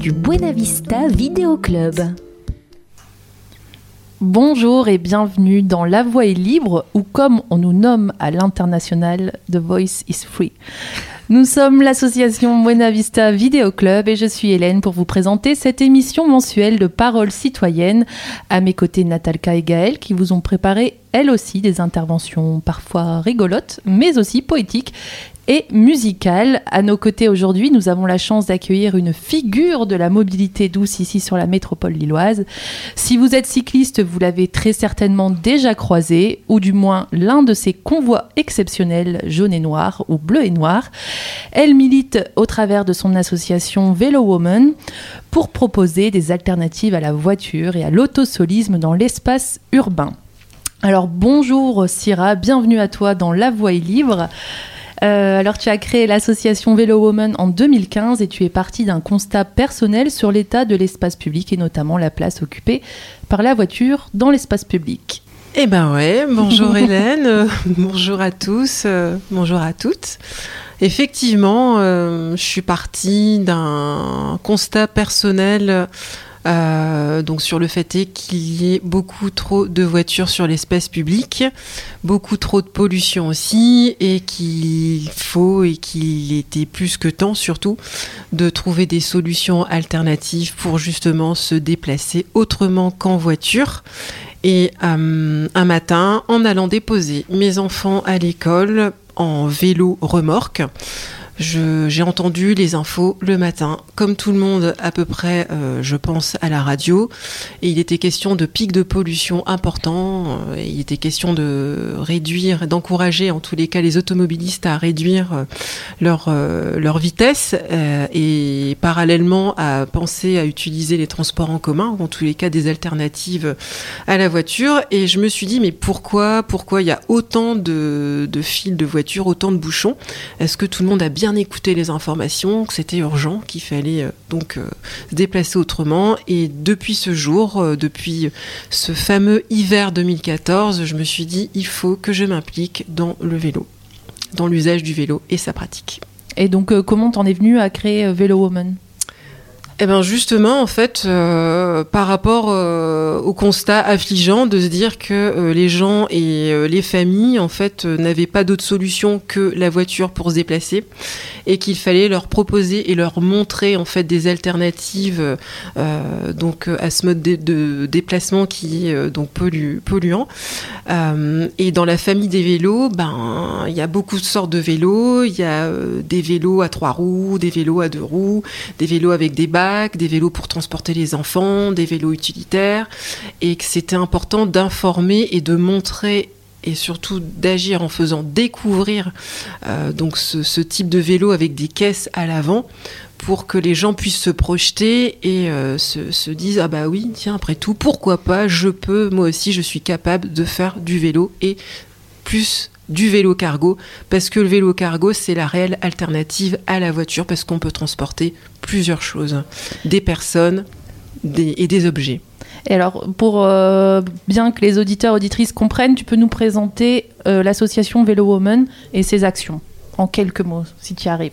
du Buena Vista Vidéo Club. Bonjour et bienvenue dans La Voix est libre, ou comme on nous nomme à l'international, The Voice is Free. Nous sommes l'association Buena Vista Vidéo Club et je suis Hélène pour vous présenter cette émission mensuelle de paroles citoyennes. À mes côtés, Natalka et Gaëlle qui vous ont préparé elles aussi des interventions parfois rigolotes, mais aussi poétiques et musicale. À nos côtés aujourd'hui, nous avons la chance d'accueillir une figure de la mobilité douce ici sur la métropole lilloise. Si vous êtes cycliste, vous l'avez très certainement déjà croisé, ou du moins l'un de ces convois exceptionnels jaune et noir ou bleu et noir. Elle milite au travers de son association Vélo Woman pour proposer des alternatives à la voiture et à l'autosolisme dans l'espace urbain. Alors bonjour Syrah, bienvenue à toi dans La Voix est libre. Alors tu as créé l'association Vélo Woman en 2015 et tu es partie d'un constat personnel sur l'état de l'espace public et notamment la place occupée par la voiture dans l'espace public. Eh ben ouais, bonjour Hélène, bonjour à tous, bonjour à toutes. Effectivement, je suis partie d'un constat personnel donc sur le fait qu'il y ait beaucoup trop de voitures sur l'espace public, beaucoup trop de pollution aussi, et qu'il faut et qu'il était plus que temps surtout de trouver des solutions alternatives pour justement se déplacer autrement qu'en voiture. Et un matin, en allant déposer mes enfants à l'école en vélo remorque, j'ai entendu les infos le matin, comme tout le monde à peu près, je pense, à la radio. Et il était question de pics de pollution importants. Il était question de réduire, d'encourager en tous les cas les automobilistes à réduire leur vitesse et parallèlement à penser à utiliser les transports en commun, ou en tous les cas des alternatives à la voiture. Et je me suis dit, mais pourquoi il y a autant de files de voitures, autant de bouchons ? Est-ce que tout le monde a bien écouté les informations, que c'était urgent, qu'il fallait donc se déplacer autrement? Et depuis ce jour, depuis ce fameux hiver 2014, je me suis dit, il faut que je m'implique dans le vélo, dans l'usage du vélo et sa pratique. Et donc, comment t'en es venue à créer Vélo Woman ? Eh bien justement, en fait, par rapport au constat affligeant de se dire que les gens et les familles, en fait, n'avaient pas d'autre solution que la voiture pour se déplacer et qu'il fallait leur proposer et leur montrer, en fait, des alternatives donc à ce mode de déplacement qui est donc polluant. Et dans la famille des vélos, il y a beaucoup de sortes de vélos. Il y a des vélos à 3 roues, des vélos à 2 roues, des vélos avec des bacs, des vélos pour transporter les enfants, des vélos utilitaires, et que c'était important d'informer et de montrer et surtout d'agir en faisant découvrir donc ce type de vélo avec des caisses à l'avant pour que les gens puissent se projeter et se disent « Ah bah oui, tiens, après tout, pourquoi pas, moi aussi, je suis capable de faire du vélo et plus du vélo cargo, parce que le vélo cargo, c'est la réelle alternative à la voiture, parce qu'on peut transporter plusieurs choses, des personnes et des objets. » Et alors, pour bien que les auditeurs auditrices comprennent, tu peux nous présenter l'association Vélo Woman et ses actions, en quelques mots, si tu y arrives.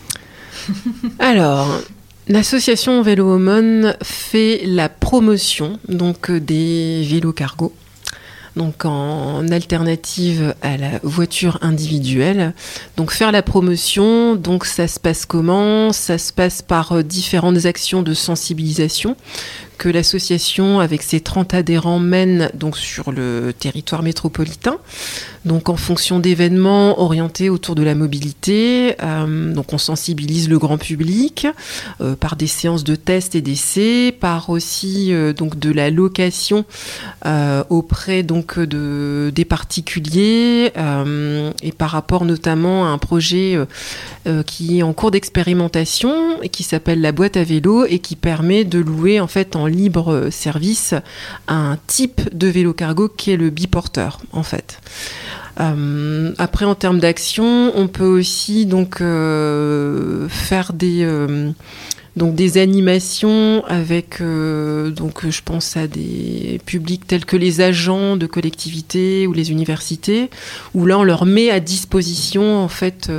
Alors, l'association Vélo Woman fait la promotion donc, des vélos cargo, donc en alternative à la voiture individuelle. Donc faire la promotion, donc ça se passe comment ? Ça se passe par différentes actions de sensibilisation que l'association, avec ses 30 adhérents, mène donc sur le territoire métropolitain. Donc en fonction d'événements orientés autour de la mobilité, donc on sensibilise le grand public par des séances de tests et d'essais, par aussi donc de la location auprès donc des particuliers et par rapport notamment à un projet qui est en cours d'expérimentation et qui s'appelle la boîte à vélo et qui permet de louer en fait en libre service un type de vélo cargo qui est le biporteur en fait. Après, en termes d'action, on peut aussi donc faire Donc des animations avec, donc je pense à des publics tels que les agents de collectivités ou les universités, où là on leur met à disposition en fait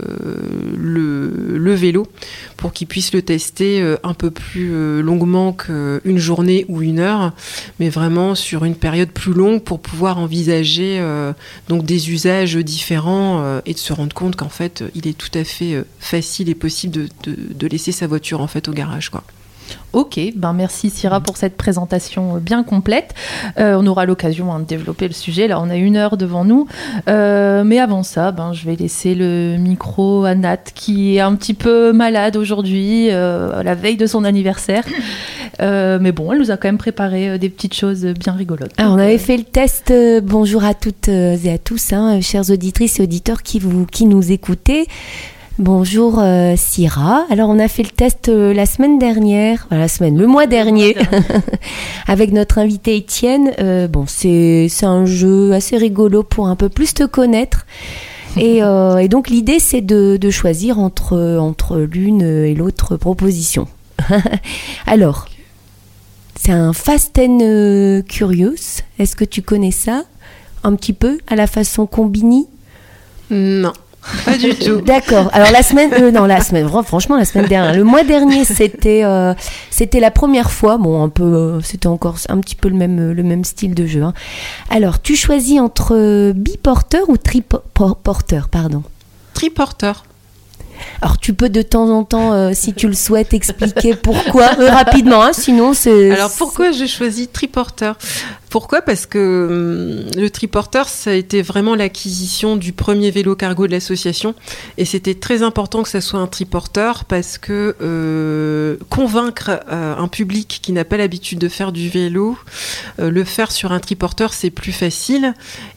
le vélo pour qu'ils puissent le tester un peu plus longuement qu'une journée ou une heure, mais vraiment sur une période plus longue pour pouvoir envisager donc des usages différents et de se rendre compte qu'en fait il est tout à fait facile et possible de laisser sa voiture en fait au garage, quoi. Ok, merci Syrah pour cette présentation bien complète. On aura l'occasion de développer le sujet. Là, on a 1 heure devant nous. Mais avant ça, je vais laisser le micro à Nat, qui est un petit peu malade aujourd'hui, à la veille de son anniversaire. Mais bon, elle nous a quand même préparé des petites choses bien rigolotes. Alors, on avait fait le test. Bonjour à toutes et à tous, chères auditrices et auditeurs qui nous écoutez. Bonjour Syrah. Alors on a fait le test la semaine dernière, le mois dernier, avec notre invité Étienne. C'est un jeu assez rigolo pour un peu plus te connaître. Et donc l'idée c'est de choisir entre l'une et l'autre proposition. Alors, c'est un Fast and Curious. Est-ce que tu connais ça un petit peu à la façon Combini? Non. Pas du tout. D'accord. Alors franchement la semaine dernière, le mois dernier, c'était la première fois. Bon, c'était encore un petit peu le même style de jeu. Alors, tu choisis entre biporteur ou triporteur, pardon. Triporteur. Alors, tu peux de temps en temps, si tu le souhaites, expliquer pourquoi rapidement. Sinon, c'est. Alors, pourquoi j'ai choisi triporteur ? Pourquoi ? Parce que le triporteur, ça a été vraiment l'acquisition du premier vélo cargo de l'association. Et c'était très important que ça soit un triporteur parce que convaincre un public qui n'a pas l'habitude de faire du vélo, le faire sur un triporteur, c'est plus facile.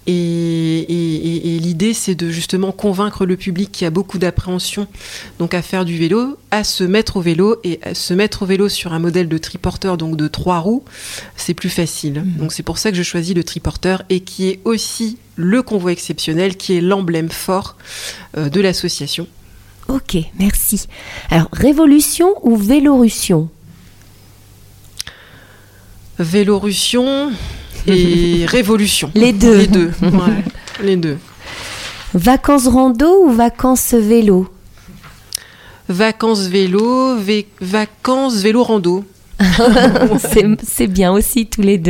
Et l'idée, c'est de justement convaincre le public qui a beaucoup d'appréhension donc à faire du vélo, à se mettre au vélo. Et à se mettre au vélo sur un modèle de triporteur, donc de 3 roues, c'est plus facile. Donc c'est pour ça que je choisis le triporteur et qui est aussi le convoi exceptionnel, qui est l'emblème fort de l'association. Ok, merci. Alors, révolution ou Vélorussion ? Vélorussion et révolution. Les deux. Les deux, ouais, les deux. Vacances rando ou vacances vélo ? Vacances vélo, vacances vélo rando. C'est bien aussi tous les deux.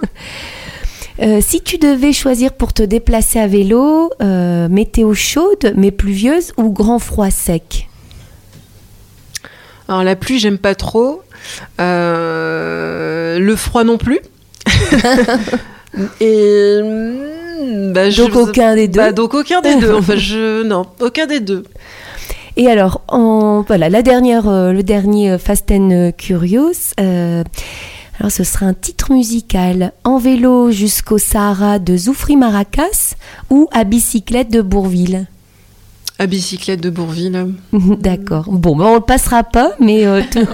Si tu devais choisir pour te déplacer à vélo, météo chaude mais pluvieuse ou grand froid sec ? Alors la pluie, j'aime pas trop. Le froid non plus. Et donc aucun des deux. Donc aucun des deux. Enfin, non, aucun des deux. Et alors, le dernier Fast and Curious. Alors, ce sera un titre musical. En vélo jusqu'au Sahara de Zoufri Maracas ou à bicyclette de Bourville. À bicyclette de Bourville. D'accord. Bon, on le passera pas, mais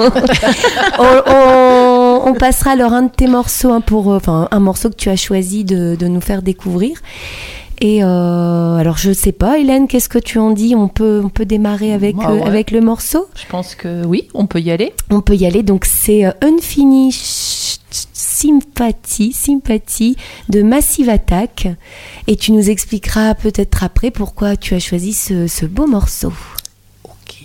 on passera alors un de tes morceaux, un morceau que tu as choisi de nous faire découvrir. Et alors je sais pas, Hélène, qu'est-ce que tu en dis ? On peut démarrer avec le morceau ? Je pense que oui, on peut y aller. On peut y aller. Donc c'est Unfinished Sympathy de Massive Attack. Et tu nous expliqueras peut-être après pourquoi tu as choisi ce beau morceau. Ok.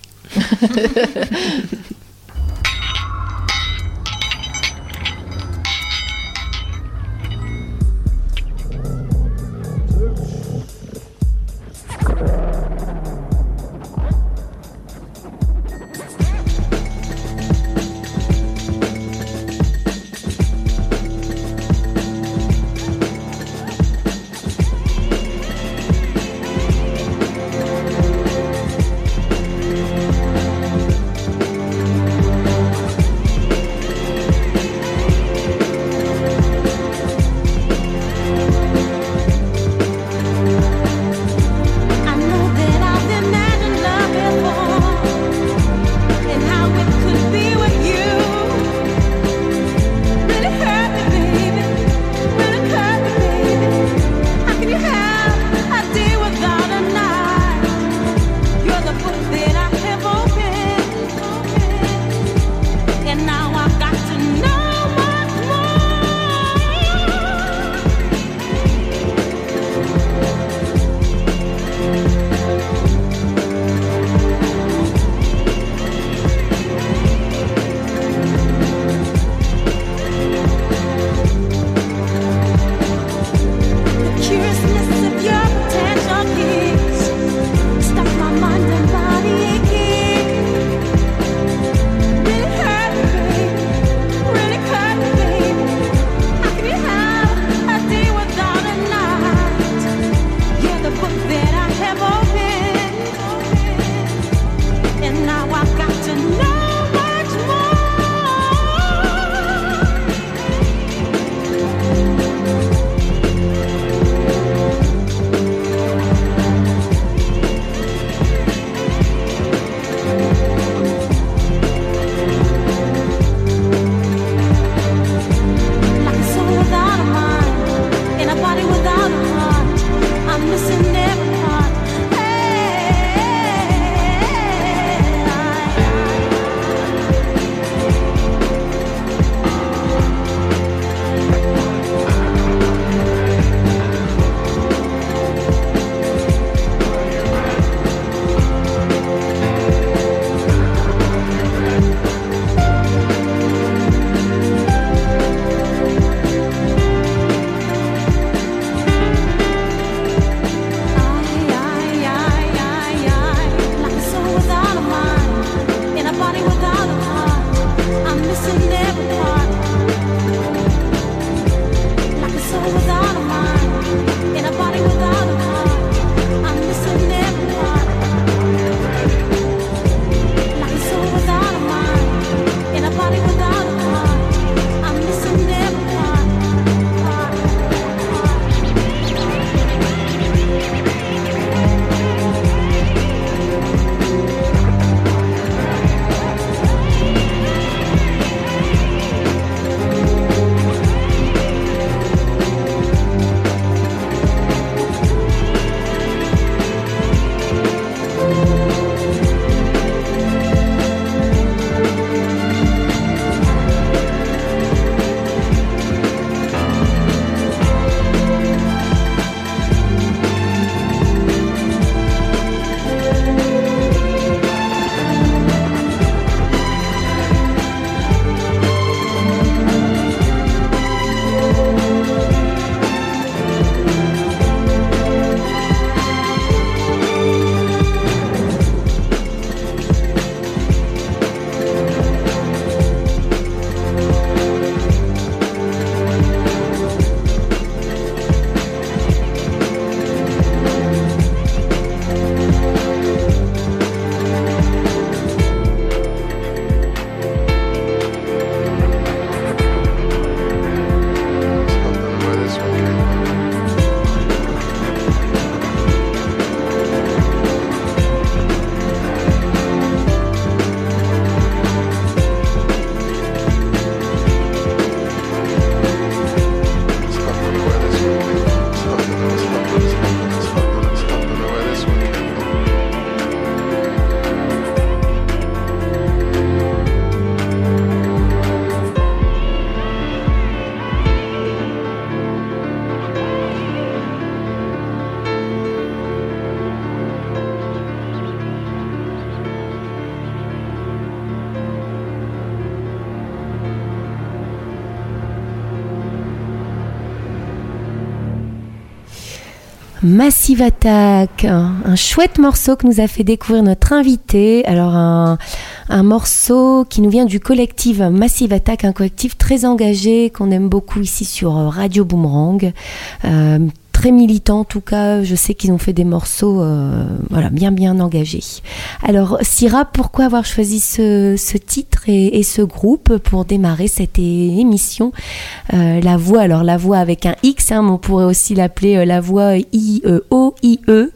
Massive Attack, un chouette morceau que nous a fait découvrir notre invité. Alors un morceau qui nous vient du collectif Massive Attack, un collectif très engagé qu'on aime beaucoup ici sur Radio Boomerang. Très militant en tout cas, je sais qu'ils ont fait des morceaux bien engagés. Alors Syrah, pourquoi avoir choisi ce titre et ce groupe pour démarrer cette émission La Voix, alors La Voix avec un X, mais on pourrait aussi l'appeler La Voix I-E-O-I-E.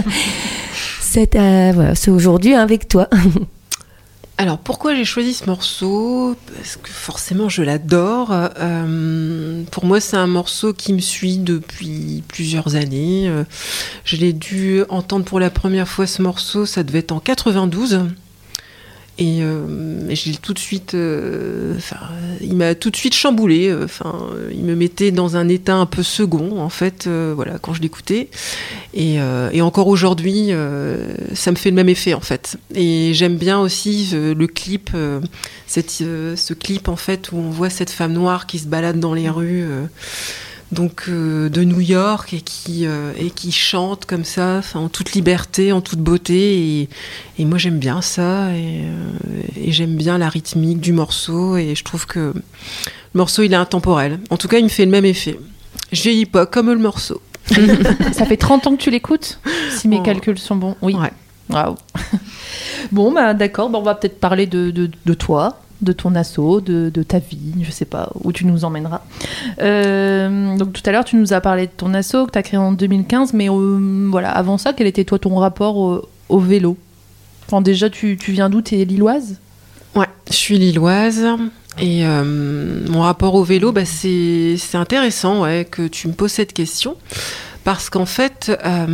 C'est aujourd'hui avec toi. Alors, pourquoi j'ai choisi ce morceau ? Parce que forcément, je l'adore. Pour moi, c'est un morceau qui me suit depuis plusieurs années. Je l'ai dû entendre pour la première fois, ce morceau, ça devait être en 92. Et j'ai tout de suite, il m'a tout de suite chamboulé. Il me mettait dans un état un peu second, en fait, quand je l'écoutais. Et encore aujourd'hui, ça me fait le même effet, en fait. Et j'aime bien aussi le clip, ce clip, en fait, où on voit cette femme noire qui se balade dans les rues. De New York et qui chante comme ça, en toute liberté, en toute beauté, et moi j'aime bien ça, et j'aime bien la rythmique du morceau, et je trouve que le morceau il est intemporel. En tout cas, il me fait le même effet. Je vieillis pas comme le morceau. Ça fait 30 ans que tu l'écoutes, si mes calculs sont bons. Oui. Ouais. Waouh. Bon, d'accord, on va peut-être parler de toi, de ton asso, de ta vie, je sais pas où tu nous emmèneras. Donc tout à l'heure tu nous as parlé de ton asso que tu as créé en 2015, mais avant ça, quel était toi ton rapport au vélo ? Enfin, déjà tu viens d'où ? T'es lilloise ? Ouais, je suis lilloise, et mon rapport au vélo, c'est intéressant que tu me poses cette question, parce qu'en fait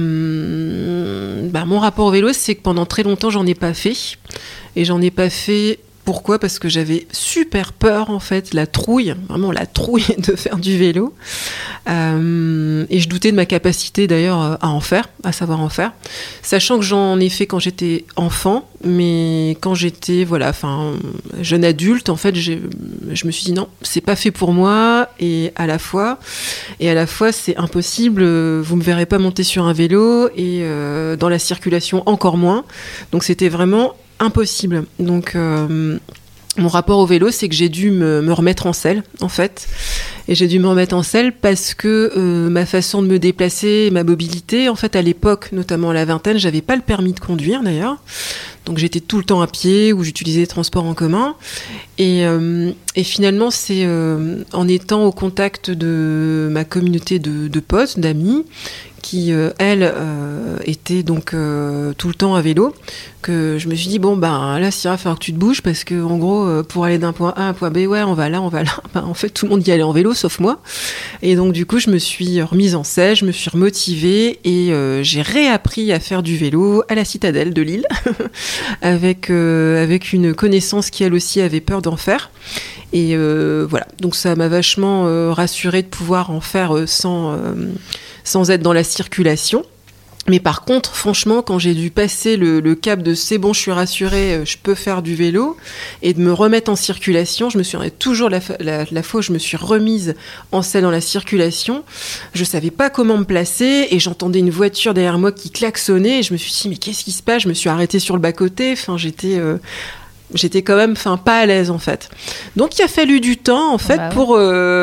mon rapport au vélo, c'est que pendant très longtemps j'en ai pas fait, et j'en ai pas fait. Pourquoi ? Parce que j'avais super peur, en fait, vraiment la trouille de faire du vélo. Et je doutais de ma capacité, d'ailleurs, à savoir en faire. Sachant que j'en ai fait quand j'étais enfant, mais quand j'étais, jeune adulte, en fait, je me suis dit non, c'est pas fait pour moi, et à la fois, c'est impossible, vous me verrez pas monter sur un vélo, et dans la circulation encore moins. Donc c'était vraiment impossible. Donc mon rapport au vélo, c'est que j'ai dû me remettre en selle, en fait. Et j'ai dû me remettre en selle parce que ma façon de me déplacer, ma mobilité, en fait, à l'époque, notamment à la vingtaine, j'avais pas le permis de conduire, d'ailleurs. Donc j'étais tout le temps à pied, ou j'utilisais les transports en commun. Et finalement, c'est en étant au contact de ma communauté de potes, d'amis, qui, elle, était donc tout le temps à vélo, que je me suis dit, là, Syrah, il va falloir que tu te bouges, parce que, en gros, pour aller d'un point A à un point B, on va là. En fait, tout le monde y allait en vélo, sauf moi. Et donc, du coup, je me suis remise en selle, je me suis remotivée, et j'ai réappris à faire du vélo à la Citadelle de Lille, avec une connaissance qui, elle aussi, avait peur d'en faire. Et donc ça m'a vachement rassurée de pouvoir en faire sans être dans la circulation. Mais par contre, franchement, quand j'ai dû passer le cap de c'est bon, je suis rassurée, je peux faire du vélo, et de me remettre en circulation, je me souviens toujours la fois où je me suis remise en selle dans la circulation, je savais pas comment me placer, et j'entendais une voiture derrière moi qui klaxonnait, et je me suis dit, mais qu'est-ce qui se passe ? Je me suis arrêtée sur le bas-côté, j'étais quand même pas à l'aise, en fait. Donc il a fallu du temps, en fait, pour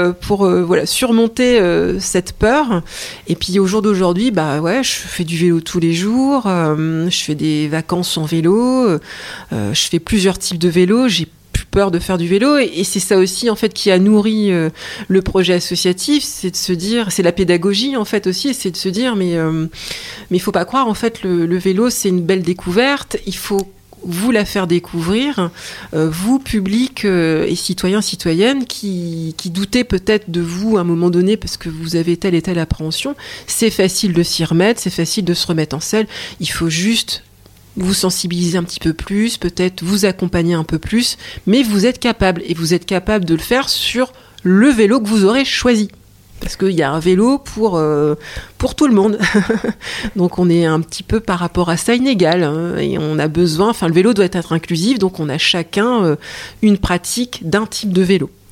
surmonter cette peur. Et puis au jour d'aujourd'hui, je fais du vélo tous les jours, je fais des vacances en vélo, je fais plusieurs types de vélo, j'ai plus peur de faire du vélo, et c'est ça aussi, en fait, qui a nourri le projet associatif, c'est de se dire, c'est la pédagogie, en fait, aussi, c'est de se dire, mais il faut pas croire, en fait, le vélo, c'est une belle découverte, il faut vous la faire découvrir, vous, public et citoyens, citoyennes, qui doutez peut-être de vous à un moment donné parce que vous avez telle et telle appréhension. C'est facile de s'y remettre, c'est facile de se remettre en selle. Il faut juste vous sensibiliser un petit peu plus, peut-être vous accompagner un peu plus, mais vous êtes capable, et vous êtes capable de le faire sur le vélo que vous aurez choisi. Parce qu'il y a un vélo pour tout le monde. Donc on est un petit peu par rapport à ça inégal, hein, et on a besoin, le vélo doit être inclusif, donc on a chacun une pratique d'un type de vélo.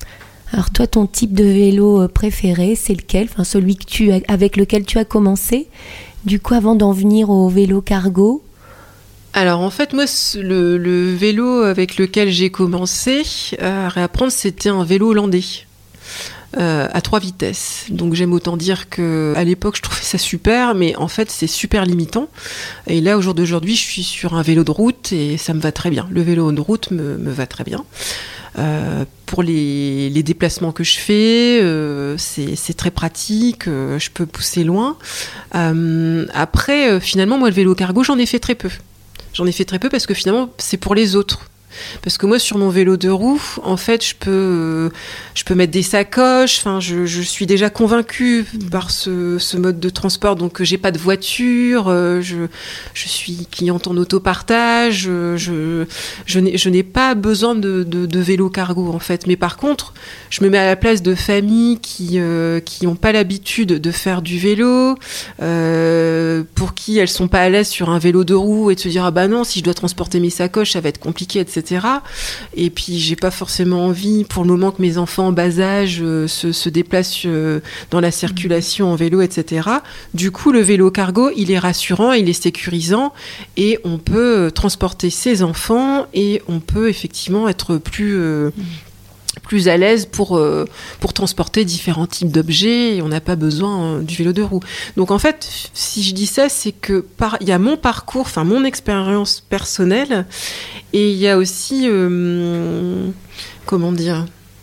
Alors toi, ton type de vélo préféré, c'est lequel? Enfin, celui avec lequel tu as commencé. Du coup, avant d'en venir au vélo cargo. Alors en fait, moi, le vélo avec lequel j'ai commencé à réapprendre, c'était un vélo hollandais. À 3 vitesses. Donc j'aime autant dire qu'à l'époque je trouvais ça super, mais en fait c'est super limitant. Et là au jour d'aujourd'hui je suis sur un vélo de route et ça me va très bien. Le vélo de route me va très bien. Pour les déplacements que je fais, c'est très pratique, je peux pousser loin. Après, finalement moi le vélo cargo j'en ai fait très peu. J'en ai fait très peu parce que finalement c'est pour les autres. Parce que moi, sur mon vélo de roue, en fait, je peux mettre des sacoches. Enfin, je suis déjà convaincue par ce mode de transport. Donc, j'ai pas de voiture. Je suis cliente en autopartage. Je n'ai pas besoin de vélo cargo, en fait. Mais par contre, je me mets à la place de familles qui n'ont pas l'habitude de faire du vélo, pour qui elles sont pas à l'aise sur un vélo de roue et de se dire ah bah non, si je dois transporter mes sacoches, ça va être compliqué, etc. Et puis j'ai pas forcément envie pour le moment que mes enfants en bas âge se déplacent dans la circulation en vélo, etc. Du coup le vélo cargo il est rassurant, il est sécurisant et on peut transporter ses enfants et on peut effectivement être plus à l'aise pour transporter différents types d'objets et on n'a pas besoin du vélo de roue. Donc en fait, si je dis ça, c'est que il y a mon parcours, enfin mon expérience personnelle et il y a aussi comment dire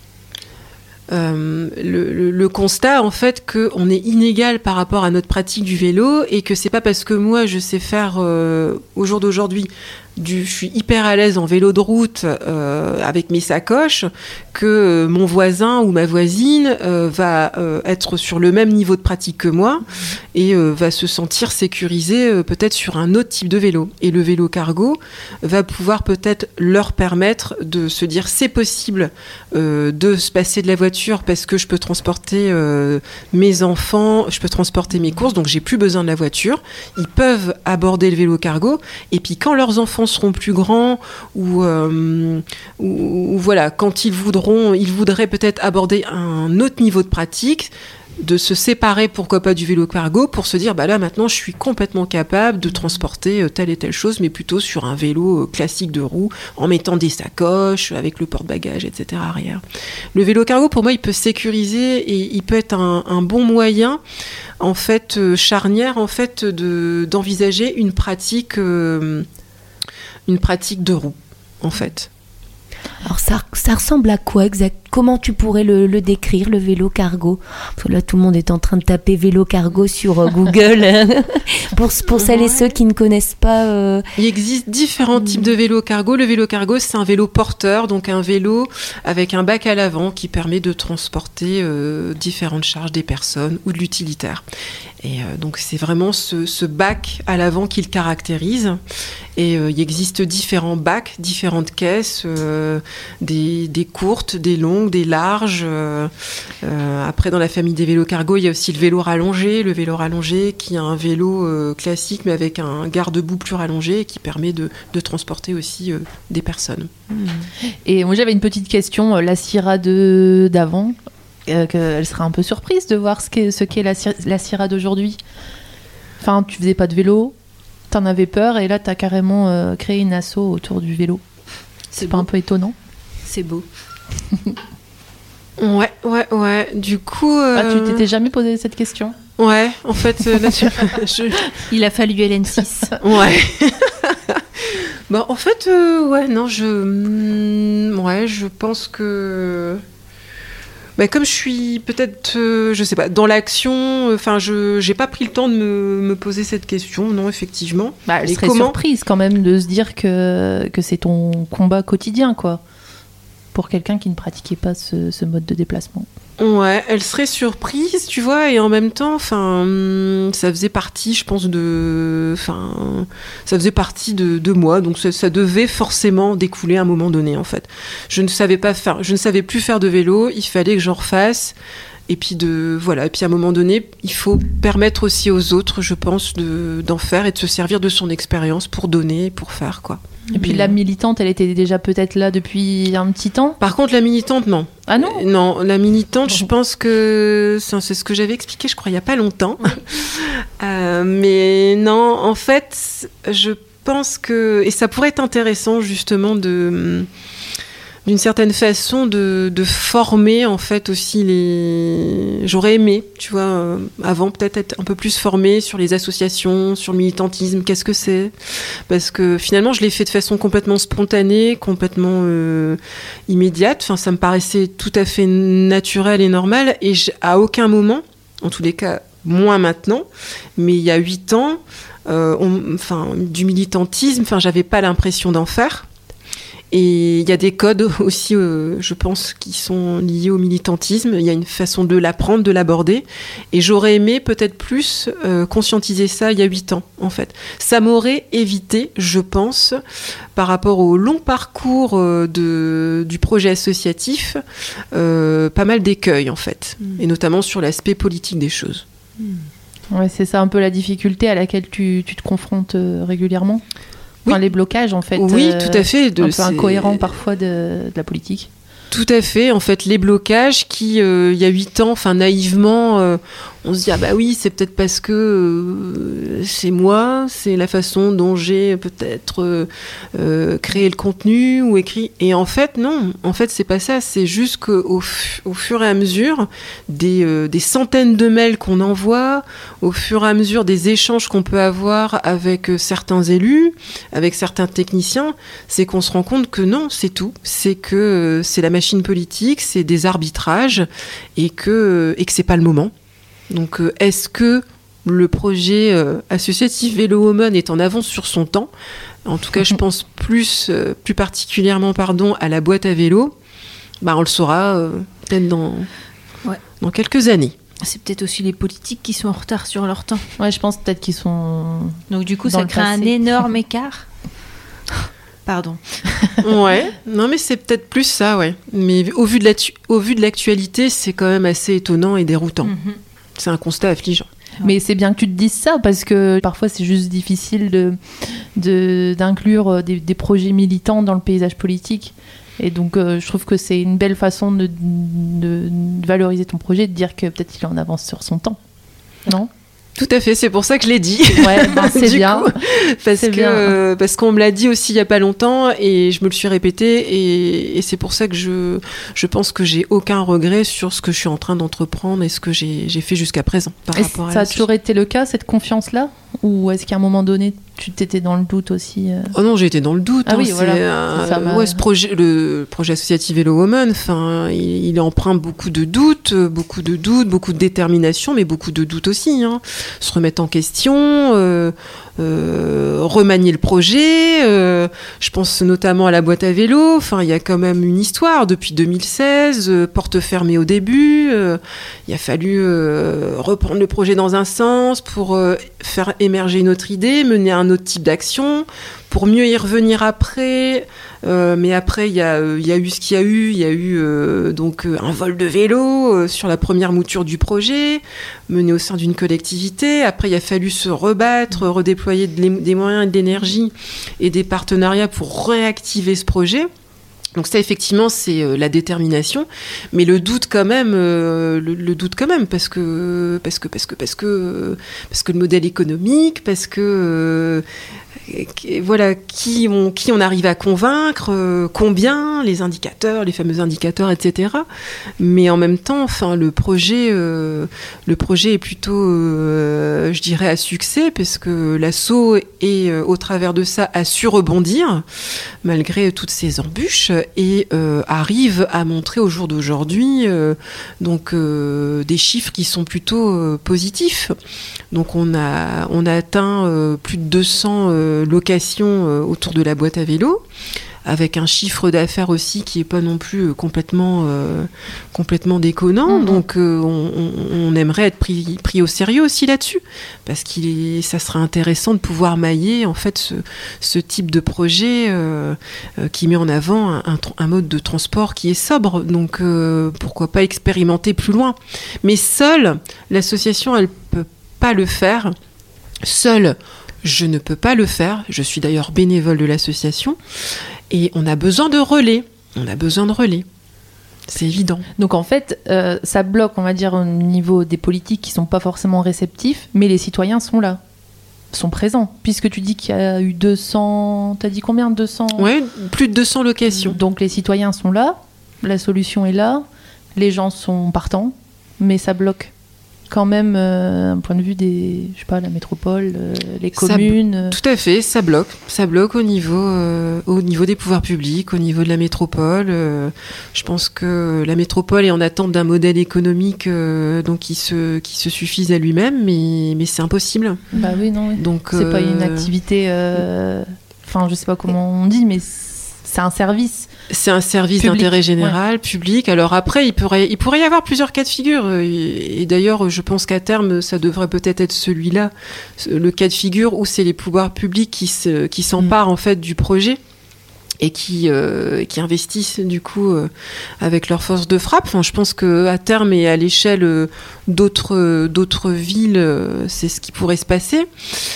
le constat en fait qu'on est inégal par rapport à notre pratique du vélo et que c'est pas parce que moi je sais faire au jour d'aujourd'hui je suis hyper à l'aise en vélo de route avec mes sacoches que mon voisin ou ma voisine va être sur le même niveau de pratique que moi et va se sentir sécurisé peut-être sur un autre type de vélo. Et le vélo cargo va pouvoir peut-être leur permettre de se dire c'est possible de se passer de la voiture parce que je peux transporter mes enfants, je peux transporter mes courses, donc j'ai plus besoin de la voiture. Ils peuvent aborder le vélo cargo et puis quand leurs enfants seront plus grands ou voilà, quand ils voudraient peut-être aborder un autre niveau de pratique, de se séparer pourquoi pas du vélo cargo pour se dire bah là maintenant je suis complètement capable de transporter telle et telle chose mais plutôt sur un vélo classique de roue en mettant des sacoches avec le porte-bagages etc. arrière. Le vélo cargo pour moi il peut sécuriser et il peut être un bon moyen en fait charnière en fait d'envisager une pratique de roue, en fait. Alors ça ressemble à quoi exact? Comment tu pourrais le décrire, le vélo cargo? Parce que là, tout le monde est en train de taper vélo cargo sur Google. pour celles et ceux qui ne connaissent pas... Il existe différents types de vélo cargo. Le vélo cargo, c'est un vélo porteur, donc un vélo avec un bac à l'avant qui permet de transporter différentes charges des personnes ou de l'utilitaire. Et donc c'est vraiment ce bac à l'avant qui le caractérise. Et il existe différents bacs, différentes caisses, des courtes, des longues, des larges. Après, dans la famille des vélos cargo, il y a aussi le vélo rallongé. Le vélo rallongé qui est un vélo classique, mais avec un garde-boue plus rallongé et qui permet de transporter aussi des personnes. Et moi, j'avais une petite question. La Syrah d'avant, qu'elle serait un peu surprise de voir ce qu'est la Syrah d'aujourd'hui. Enfin, tu faisais pas de vélo, t'en avais peur, et là, t'as carrément créé une asso autour du vélo. C'est pas un peu étonnant? C'est beau. Ouais. Du coup... tu t'étais jamais posé cette question? Ouais, en fait... là, Il a fallu Hélène 6. Ouais. Bon, en fait, je pense que... Bah, comme je suis peut-être, je sais pas, dans l'action, enfin, j'ai pas pris le temps de me poser cette question, non, effectivement. Bah, elle serait surprise quand même de se dire que c'est ton combat quotidien, quoi, pour quelqu'un qui ne pratiquait pas ce mode de déplacement. Ouais, elle serait surprise, tu vois, et en même temps, enfin, ça faisait partie, je pense, ça faisait partie de moi, donc ça devait forcément découler à un moment donné, en fait. Je ne savais plus faire de vélo, il fallait que j'en refasse, Et puis et puis à un moment donné, il faut permettre aussi aux autres, je pense, d'en faire et de se servir de son expérience pour donner, pour faire quoi. Et puis la militante, elle était déjà peut-être là depuis un petit temps. Par contre, la militante, non. Ah non ? Non, la militante, je pense que c'est ce que j'avais expliqué, je crois, il n'y a pas longtemps. Mais non, en fait, je pense que... Et ça pourrait être intéressant, justement, d'une certaine façon de former en fait aussi j'aurais aimé, tu vois, avant peut-être être un peu plus formée sur les associations, sur le militantisme, qu'est-ce que c'est, parce que finalement je l'ai fait de façon complètement spontanée, complètement immédiate, enfin ça me paraissait tout à fait naturel et normal, et à aucun moment, en tous les cas moins maintenant, mais il y a 8 ans, du militantisme, j'avais pas l'impression d'en faire. Et il y a des codes aussi, je pense, qui sont liés au militantisme. Il y a une façon de l'apprendre, de l'aborder. Et j'aurais aimé peut-être plus conscientiser ça il y a 8 ans, en fait. Ça m'aurait évité, je pense, par rapport au long parcours du projet associatif, pas mal d'écueils, en fait. Et notamment sur l'aspect politique des choses. Ouais, c'est ça un peu la difficulté à laquelle tu te confrontes régulièrement. Enfin, les blocages, en fait. Oui, tout à fait. Un peu incohérents parfois de la politique. Tout à fait. En fait, les blocages qui, il y a 8 ans, naïvement, on se dit, ah bah oui, c'est peut-être parce que c'est moi, c'est la façon dont j'ai peut-être créé le contenu ou écrit. Et en fait, non. En fait, c'est pas ça. C'est juste qu'au fur et à mesure des centaines de mails qu'on envoie, au fur et à mesure des échanges qu'on peut avoir avec certains élus, avec certains techniciens, c'est qu'on se rend compte que non, c'est tout. C'est que c'est la machine politique, c'est des arbitrages et que c'est pas le moment. Donc, est-ce que le projet associatif Vélo Woman est en avance sur son temps ? En tout cas, je pense plus particulièrement, à la boîte à vélo. On le saura peut-être dans quelques années. C'est peut-être aussi les politiques qui sont en retard sur leur temps. Ouais, je pense peut-être qu'ils sont. Donc du coup, ça crée un énorme écart. Pardon. Ouais, non mais c'est peut-être plus ça, ouais. Mais au vu de l'actualité, c'est quand même assez étonnant et déroutant. Mm-hmm. C'est un constat affligeant. Mais c'est bien que tu te dises ça, parce que parfois c'est juste difficile d'inclure des projets militants dans le paysage politique. Et donc je trouve que c'est une belle façon de valoriser ton projet, de dire que peut-être il est en avance sur son temps. Non ? Tout à fait, c'est pour ça que je l'ai dit. Ouais, c'est bien. Parce qu'on me l'a dit aussi il y a pas longtemps et je me le suis répété et c'est pour ça que je pense que j'ai aucun regret sur ce que je suis en train d'entreprendre et ce que j'ai fait jusqu'à présent par rapport à ça a toujours été le cas, cette confiance-là ? Ou est-ce qu'à un moment donné, tu t'étais dans le doute aussi Oh non, j'ai été dans le doute. Ah oui, voilà. Le projet associatif Vélo Woman, il emprunte beaucoup de doutes, beaucoup de détermination, mais beaucoup de doutes aussi. Se remettre en question, remanier le projet. Je pense notamment à la boîte à vélo. Il y a quand même une histoire depuis 2016, porte fermée au début. Il a fallu reprendre le projet dans un sens pour faire émerger une autre idée, mener un autre type d'action, pour mieux y revenir après. Mais après, il y a eu ce qu'il y a eu. Il y a eu donc un vol de vélo sur la première mouture du projet, mené au sein d'une collectivité. Après, il a fallu se rebattre, redéployer des moyens et de l'énergie et des partenariats pour réactiver ce projet. Donc ça, effectivement, c'est la détermination, mais le doute quand même, parce que le modèle économique, parce que voilà, qui on arrive à convaincre, combien, les indicateurs, les fameux indicateurs, etc. Mais en même temps, le projet est plutôt, je dirais, à succès, parce que l'asso est, au travers de ça, a su rebondir, malgré toutes ces embûches, et arrive à montrer au jour d'aujourd'hui des chiffres qui sont plutôt positifs. Donc on a atteint plus de 200 locations autour de la boîte à vélo, avec un chiffre d'affaires aussi qui est pas non plus complètement déconnant. Donc on aimerait être pris au sérieux aussi là-dessus, parce ça serait intéressant de pouvoir mailler en fait ce type de projet qui met en avant un mode de transport qui est sobre. Donc pourquoi pas expérimenter plus loin. Mais seule l'association, elle peut pas le faire. Seule, je ne peux pas le faire. Je suis d'ailleurs bénévole de l'association. Et on a besoin de relais. C'est évident. Donc en fait, ça bloque, on va dire, au niveau des politiques qui sont pas forcément réceptifs, mais les citoyens sont là, sont présents. Puisque tu dis qu'il y a eu 200... T'as dit combien? 200? Ouais, plus de 200 locations. Donc les citoyens sont là, la solution est là, les gens sont partants, mais ça bloque quand même un point de vue la métropole, les communes. Tout à fait, ça bloque au niveau des pouvoirs publics, au niveau de la métropole. Je pense que la métropole est en attente d'un modèle économique donc qui se suffise à lui-même, mais c'est impossible. Bah oui, non. Oui. Donc c'est pas une activité. Je sais pas comment on dit, mais c'est un service. C'est un service public, d'intérêt général, public. Alors après, il pourrait y avoir plusieurs cas de figure. Et d'ailleurs, je pense qu'à terme, ça devrait peut-être être celui-là, le cas de figure où c'est les pouvoirs publics qui s'emparent en fait du projet et qui investissent du coup avec leur force de frappe. Enfin, je pense qu'à terme et à l'échelle d'autres villes, c'est ce qui pourrait se passer.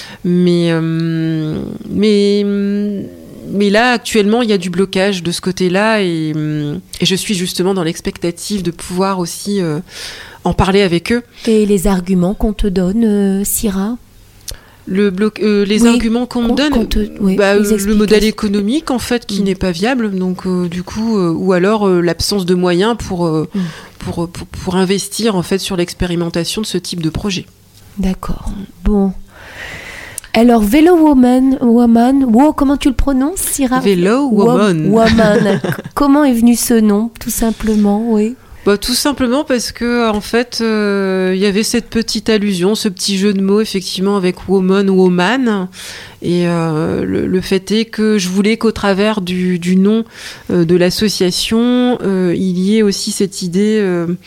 Mais là, actuellement, il y a du blocage de ce côté-là et je suis justement dans l'expectative de pouvoir aussi en parler avec eux. Et les arguments qu'on te donne, Syrah ? Arguments qu'on me donne, le modèle économique en fait qui n'est pas viable, donc du coup, ou alors l'absence de moyens pour investir en fait sur l'expérimentation de ce type de projet. D'accord. Bon. Alors, Vélo Woman, comment tu le prononces, Syrah ? Vélo Woman. Comment est venu ce nom, tout simplement, oui ? Tout simplement parce que en fait, il y avait cette petite allusion, ce petit jeu de mots effectivement avec woman, et le fait est que je voulais qu'au travers du nom de l'association, il y ait aussi cette idée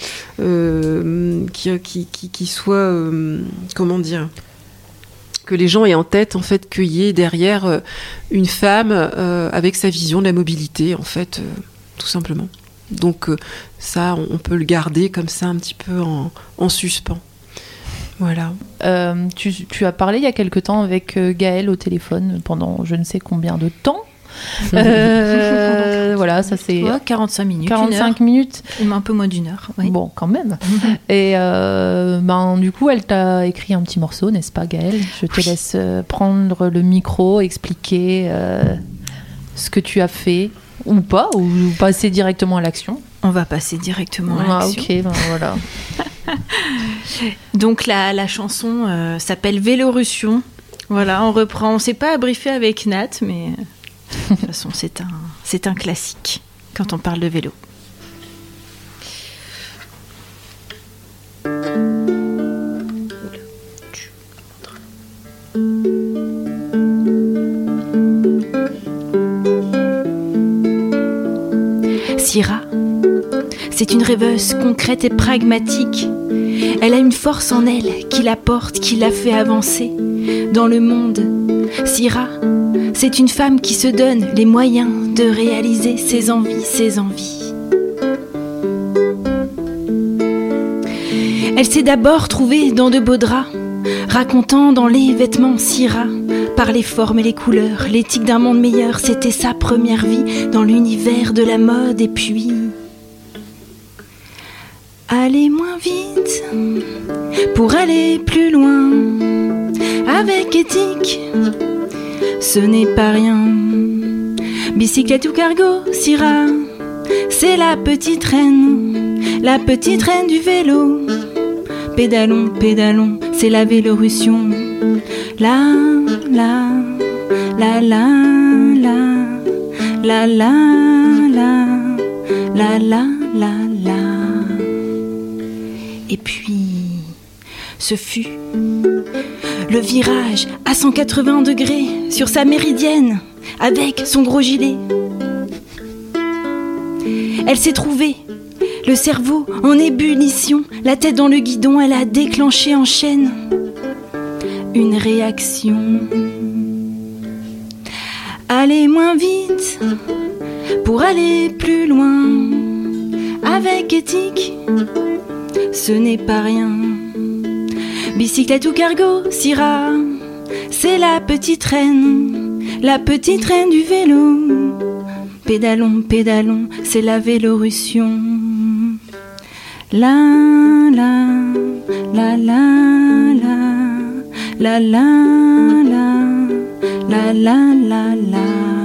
qui soit comment dire, que les gens aient en tête en fait qu'il y ait derrière une femme avec sa vision de la mobilité en fait, tout simplement. Donc ça, on peut le garder comme ça un petit peu en suspens. Voilà. Tu as parlé il y a quelque temps avec Gaëlle au téléphone pendant je ne sais combien de temps. Voilà, ça c'est 45 minutes. 45 minutes. Un peu moins d'une heure. Oui. Bon, quand même. Et du coup, elle t'a écrit un petit morceau, n'est-ce pas, Gaëlle ? Je te laisse prendre le micro, expliquer ce que tu as fait ou pas, ou passer directement à l'action. On va passer directement à l'action. Ok, voilà. Donc la chanson s'appelle Vélorussion. Voilà, on reprend. On ne s'est pas briefé avec Nat, mais de toute façon, c'est un classique quand on parle de vélo. Syrah, c'est une rêveuse concrète et pragmatique. Elle a une force en elle qui la porte, qui la fait avancer dans le monde. Syrah, c'est une femme qui se donne les moyens de réaliser ses envies. Elle s'est d'abord trouvée dans de beaux draps, racontant dans les vêtements Syrah, par les formes et les couleurs, l'éthique d'un monde meilleur. C'était sa première vie dans l'univers de la mode. Et puis, aller moins vite pour aller plus loin, avec éthique, ce n'est pas rien. Bicyclette ou cargo, Syrah, c'est la petite reine du vélo. Pédalons, c'est la Vélorussion. La la la la la la la la la la la la. Et puis ce fut le virage à 180 degrés sur sa méridienne avec son gros gilet. Elle s'est trouvée, le cerveau en ébullition, la tête dans le guidon, elle a déclenché en chaîne une réaction. Aller moins vite pour aller plus loin, avec éthique, ce n'est pas rien. Bicyclette ou cargo, Syrah, c'est la petite reine du vélo. Pédalons, pédalons, c'est la Vélorussion. La la la la la la la la la la la.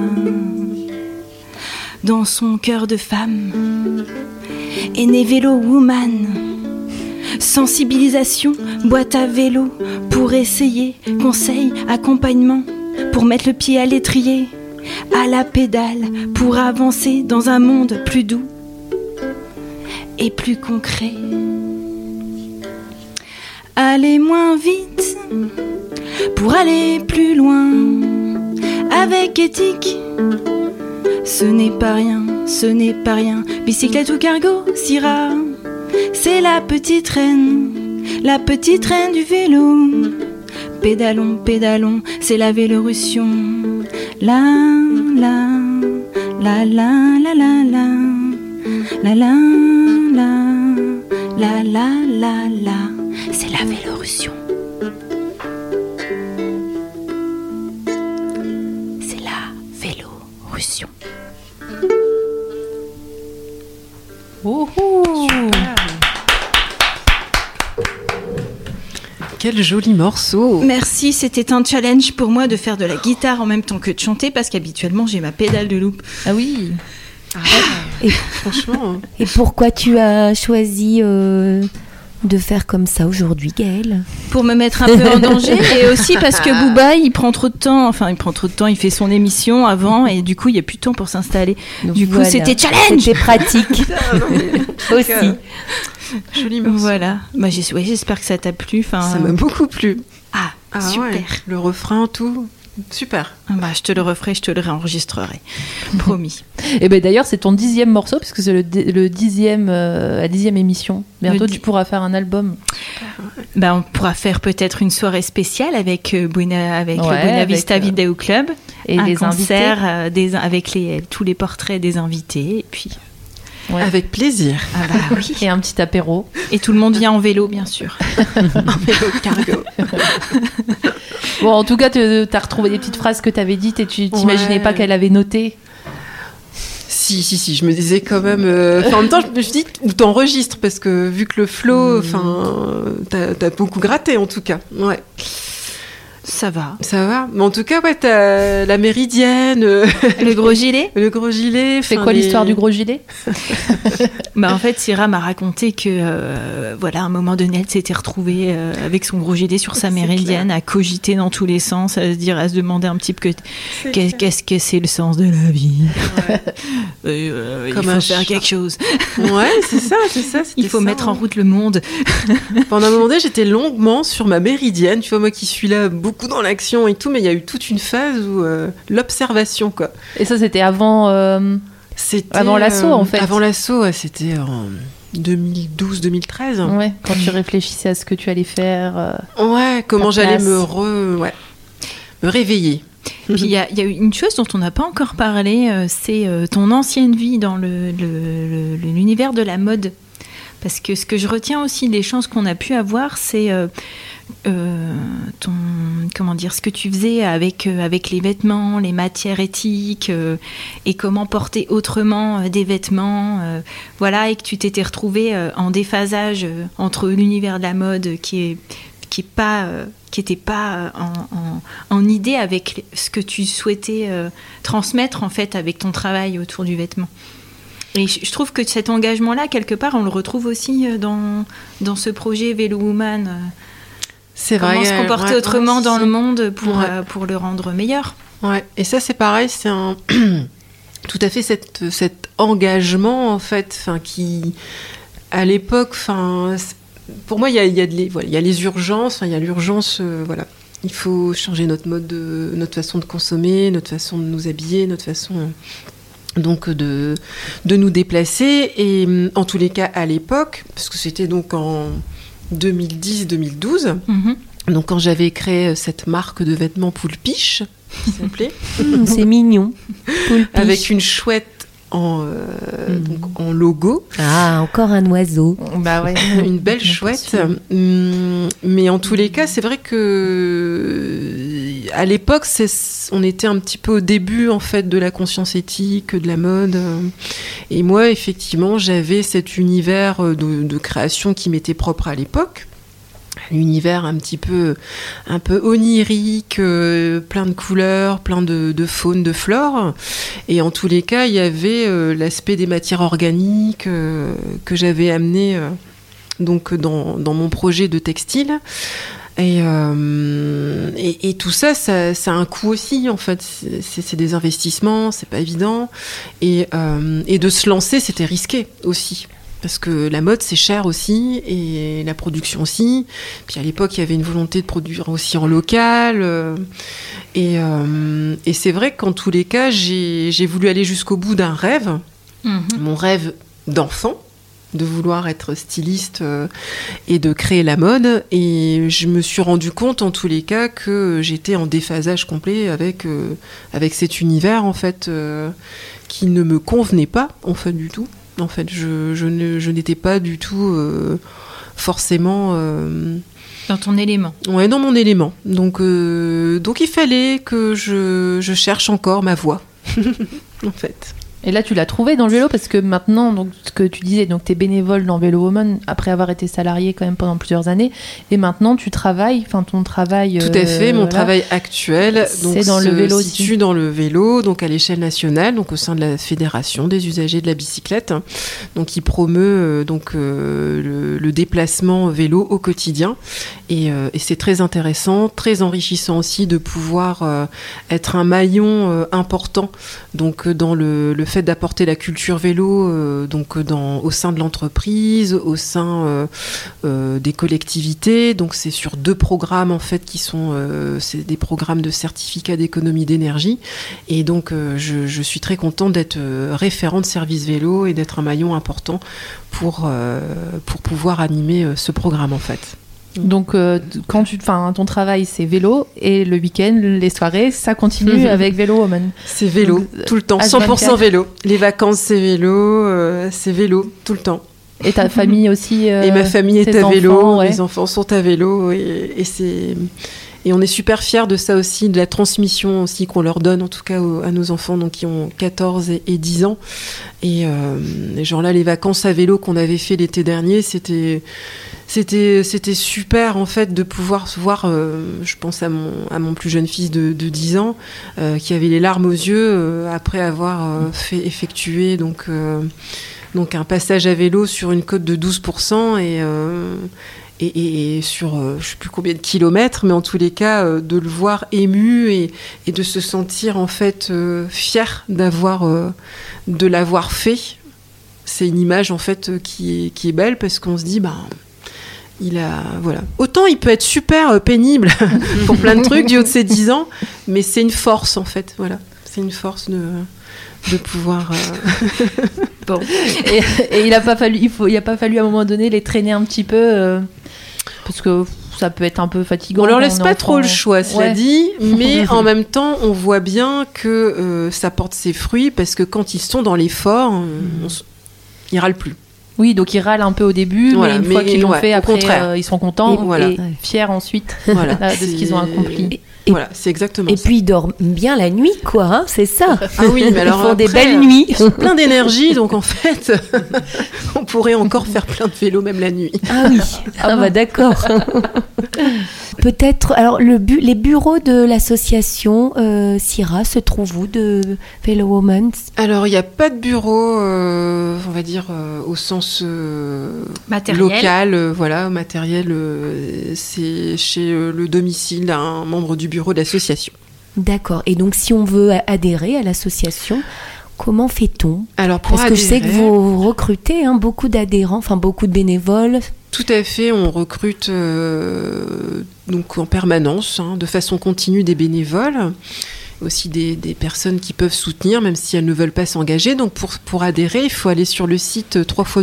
Dans son cœur de femme est née Vélo Woman. Sensibilisation, boîte à vélo pour essayer, conseil, accompagnement pour mettre le pied à l'étrier, à la pédale pour avancer dans un monde plus doux et plus concret. Aller moins vite pour aller plus loin, avec éthique, ce n'est pas rien, ce n'est pas rien. Bicyclette ou cargo, Syrah, c'est la petite reine du vélo. Pédalons, pédalons, c'est la Vélorussion. La la la la la la la la la la la la la la, c'est la Vélorussion. C'est la Vélorussion. Quel joli morceau. Merci, c'était un challenge pour moi de faire de la guitare en même temps que de chanter, parce qu'habituellement j'ai ma pédale de loop. Ah oui. Et, Franchement. et pourquoi tu as choisi de faire comme ça aujourd'hui, Gaëlle? Pour me mettre un peu en danger, et aussi parce que Booba, il prend trop de temps, il fait son émission avant, et du coup, il n'y a plus de temps pour s'installer. Donc Du coup, voilà. c'était challenge. C'était pratique aussi. Joli morceau. Voilà. Bah, j'espère que ça t'a plu. Ça m'a beaucoup plu. Ah, Ah super. ouais, le refrain, tout. Super. Bah, je te le referai, je te le réenregistrerai. Promis. Et ben d'ailleurs, c'est ton 10e morceau, puisque c'est la 10e émission. Bientôt, tu pourras faire un album. Bah, on pourra faire peut-être une soirée spéciale avec le Buena Vista Video Club. Et un les concert avec tous les portraits des invités. Et puis, Ouais. Avec plaisir. ah bah oui. Et un petit apéro. Et tout le monde vient en vélo, bien sûr. En vélo cargo. Bon, en tout cas, t'as retrouvé des petites phrases que t'avais dites et tu t'imaginais pas qu'elle avait noté. Si, je me disais quand même. En même temps, je me suis dit, ou t'enregistres, parce que vu que le flow, t'as beaucoup gratté en tout cas. Ouais. Ça va. Ça va. Mais en tout cas, ouais, t'as la méridienne. Le gros gilet. Le gros gilet. C'est quoi l'histoire du gros gilet? Bah en fait, Syrah m'a raconté que à un moment donné, elle s'était retrouvée avec son gros gilet sur sa méridienne, à cogiter dans tous les sens, à se demander un petit peu qu'est-ce que c'est le sens de la vie. Ouais. Il faut faire quelque chose. Ouais, c'est ça. Il faut mettre en route le monde. Pendant un moment donné, j'étais longuement sur ma méridienne. Tu vois, moi qui suis là beaucoup dans l'action et tout, mais il y a eu toute une phase où l'observation, quoi. Et ça, c'était avant l'assaut, en fait. Avant l'assaut, ouais, c'était en 2012-2013. Ouais, quand tu réfléchissais à ce que tu allais faire. Ouais, comment j'allais place. me réveiller. Puis il y a eu une chose dont on n'a pas encore parlé, c'est ton ancienne vie dans l'univers de la mode. Parce que ce que je retiens aussi des chances qu'on a pu avoir, c'est ce que tu faisais avec les vêtements, les matières éthiques, et comment porter autrement des vêtements, et que tu t'étais retrouvée en déphasage entre l'univers de la mode qui était pas en idée avec ce que tu souhaitais transmettre en fait avec ton travail autour du vêtement. Et je trouve que cet engagement-là, quelque part, on le retrouve aussi dans ce projet Vélo Woman. C'est Comment vrai. se comporter autrement dans le monde pour le rendre meilleur. Ouais. Et ça, c'est pareil, c'est tout à fait cet engagement, en fait, qui, à l'époque, pour moi, il y a les urgences, il y a l'urgence, Il faut changer notre façon de consommer, notre façon de nous habiller, notre façon donc de nous déplacer. Et en tous les cas, à l'époque, parce que c'était donc en 2010-2012, donc quand j'avais créé cette marque de vêtements Poulpiche, ça s'appelait. C'est mignon. Poulpiche. Avec une chouette en logo. Ah, encore un oiseau. Bah ouais. Une belle chouette. Mais en tous les cas, c'est vrai que à l'époque, on était un petit peu au début en fait de la conscience éthique, de la mode. Et moi, effectivement, j'avais cet univers de création qui m'était propre à l'époque. L'univers un peu onirique, plein de couleurs, plein de faune, de flore. Et en tous les cas, il y avait l'aspect des matières organiques que j'avais amené donc dans mon projet de textile. Et tout ça a un coût aussi, en fait. C'est des investissements, c'est pas évident. Et de se lancer, c'était risqué aussi. Parce que la mode, c'est cher aussi, et la production aussi. Puis à l'époque, il y avait une volonté de produire aussi en local. Et c'est vrai qu'en tous les cas, j'ai voulu aller jusqu'au bout d'un rêve. Mon rêve d'enfant, de vouloir être styliste et de créer la mode. Et je me suis rendu compte, en tous les cas, que j'étais en déphasage complet avec cet univers, en fait, qui ne me convenait pas, en fait, du tout. En fait, je n'étais pas du tout forcément... Dans ton élément. Ouais, dans mon élément. Donc il fallait que je cherche encore ma voie, en fait. Et là, tu l'as trouvé dans le vélo parce que maintenant, donc, ce que tu disais, donc t'es bénévole dans Vélo Woman après avoir été salarié quand même pendant plusieurs années. Et maintenant, tu travailles, enfin ton travail. Tout à fait, mon travail actuel. Donc, c'est dans le vélo se situe dans le vélo, donc à l'échelle nationale, donc au sein de la Fédération des usagers de la bicyclette. Donc, qui promeut le déplacement vélo au quotidien. Et c'est très intéressant, très enrichissant aussi de pouvoir être un maillon important. Donc, dans le fait d'apporter la culture vélo au sein de l'entreprise, au sein des collectivités. Donc c'est sur 2 programmes en fait qui sont c'est des programmes de certificat d'économie d'énergie. Et donc je suis très contente d'être référent de service vélo et d'être un maillon important pour pouvoir animer ce programme en fait. Donc, ton travail, c'est vélo, et le week-end, les soirées, ça continue avec Vélo Woman. C'est vélo, donc, tout le temps, 100% vélo. Les vacances, c'est vélo, tout le temps. Et ta famille aussi et ma famille est à vélo, enfants, ouais. Les enfants sont à vélo, et on est super fiers de ça aussi, de la transmission aussi qu'on leur donne, en tout cas à nos enfants donc, qui ont 14 et 10 ans. Et genre là, les vacances à vélo qu'on avait fait l'été dernier, c'était super en fait de pouvoir se voir, je pense à mon plus jeune fils de 10 ans qui avait les larmes aux yeux après avoir effectué donc un passage à vélo sur une côte de 12% et sur je sais plus combien de kilomètres, mais en tous les cas de le voir ému et de se sentir en fait fier de l'avoir fait. C'est une image en fait qui est belle parce qu'on se dit autant il peut être super pénible pour plein de trucs du haut de ses 10 ans, mais c'est une force en fait, voilà. C'est une force de pouvoir... Bon. Et il a pas fallu à un moment donné les traîner un petit peu, parce que ça peut être un peu fatigant. On leur laisse pas trop le choix, cela dit, mais en même temps, on voit bien que ça porte ses fruits, parce que quand ils sont dans l'effort, ils râlent plus. Oui, donc ils râlent un peu au début, mais une fois qu'ils l'ont fait, après, ils sont contents et fiers ensuite de ce qu'ils ont accompli. Et voilà, c'est exactement et ça. puis ils dorment bien la nuit, quoi, hein, c'est ça. Ah oui, mais alors ils font après, des belles nuits. Ils sont pleins d'énergie, donc en fait, on pourrait encore faire plein de vélos même la nuit. Ah oui, d'accord. Peut-être, alors les bureaux de l'association CIRA se trouvent où de Vélo Woman? Alors il n'y a pas de bureau, on va dire au sens matériel. Local, matériel, c'est chez le domicile d'un membre du bureau de l'association. D'accord, et donc si on veut adhérer à l'association, comment fait-on? Alors pour Parce que je sais que vous recrutez beaucoup d'adhérents, enfin beaucoup de bénévoles. Tout à fait, on recrute donc en permanence, de façon continue des bénévoles. aussi des personnes qui peuvent soutenir, même si elles ne veulent pas s'engager. Donc pour adhérer, il faut aller sur le site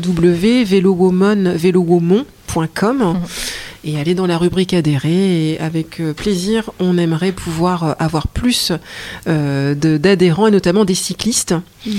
www.velowomon.com et aller dans la rubrique adhérer. Et avec plaisir, on aimerait pouvoir avoir plus d'adhérents, et notamment des cyclistes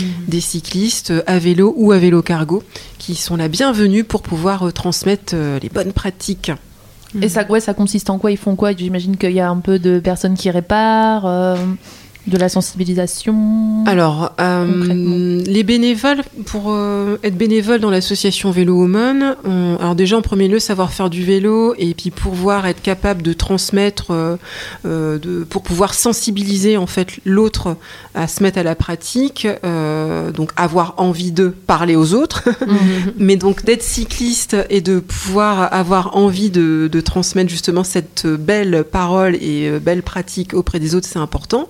à vélo ou à vélo cargo, qui sont la bienvenue pour pouvoir transmettre les bonnes pratiques. Et ça consiste en quoi? Ils font quoi? J'imagine qu'il y a un peu de personnes qui réparent, de la sensibilisation. Alors, les bénévoles, pour être bénévole dans l'association Vélo Women, alors déjà en premier lieu savoir faire du vélo, et puis pouvoir être capable de transmettre, pour pouvoir sensibiliser en fait l'autre à se mettre à la pratique, donc avoir envie de parler aux autres, mais donc d'être cycliste et de pouvoir avoir envie de transmettre justement cette belle parole et belle pratique auprès des autres, c'est important.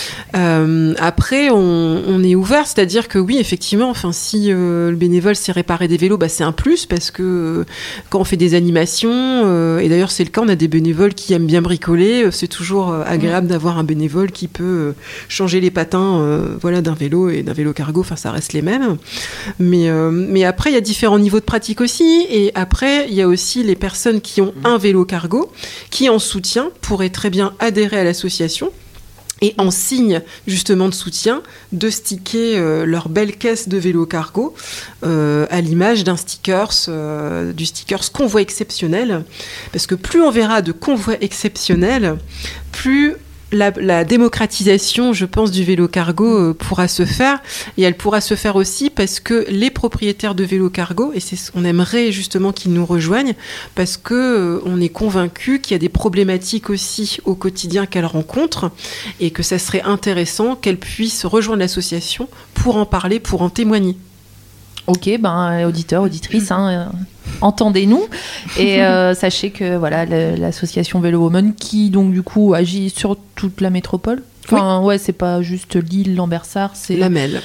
Après, on est ouvert, c'est-à-dire que oui, effectivement, enfin, si le bénévole sait réparer des vélos, c'est un plus, parce que quand on fait des animations, et d'ailleurs c'est le cas, on a des bénévoles qui aiment bien bricoler, c'est toujours agréable d'avoir un bénévole qui peut changer les patins d'un vélo et d'un vélo cargo, enfin ça reste les mêmes. Mais après, il y a différents niveaux de pratique aussi, et après, il y a aussi les personnes qui ont un vélo cargo, qui en soutien pourraient très bien adhérer à l'association, et en signe justement de soutien, de sticker leur belle caisse de vélo cargo à l'image d'un stickers, du stickers convoi exceptionnel, parce que plus on verra de convois exceptionnels, plus la démocratisation, je pense, du vélo cargo pourra se faire, et elle pourra se faire aussi parce que les propriétaires de vélo cargo, et on aimerait justement qu'ils nous rejoignent, parce que on est convaincus qu'il y a des problématiques aussi au quotidien qu'elles rencontrent, et que ça serait intéressant qu'elles puissent rejoindre l'association pour en parler, pour en témoigner. Ok, auditeurs, auditrices, entendez-nous, et sachez que voilà, l'association Vélo Women, qui donc du coup agit sur toute la métropole. Enfin, ouais, c'est pas juste Lille, Lambersart, c'est la Melle.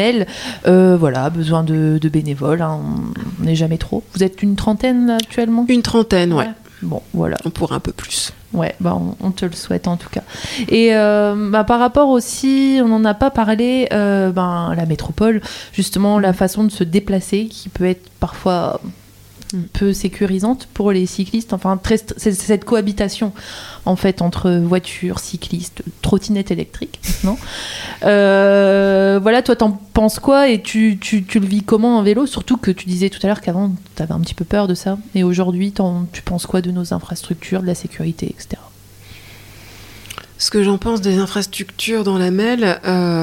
Voilà, besoin de bénévoles, on n'est jamais trop. Vous êtes une trentaine là, actuellement? Une trentaine, ouais. Bon, voilà. On pourra un peu plus. Ouais, on te le souhaite en tout cas. Et par rapport aussi, on n'en a pas parlé, la métropole, justement, la façon de se déplacer qui peut être parfois peu sécurisante pour les cyclistes. Enfin, c'est cette cohabitation en fait entre voitures, cyclistes, trottinettes électriques maintenant. Voilà, toi t'en penses quoi et tu le vis comment en vélo? Surtout que tu disais tout à l'heure qu'avant t'avais un petit peu peur de ça. Et aujourd'hui, tu penses quoi de nos infrastructures, de la sécurité, etc.? Ce que j'en pense des infrastructures dans la Melle,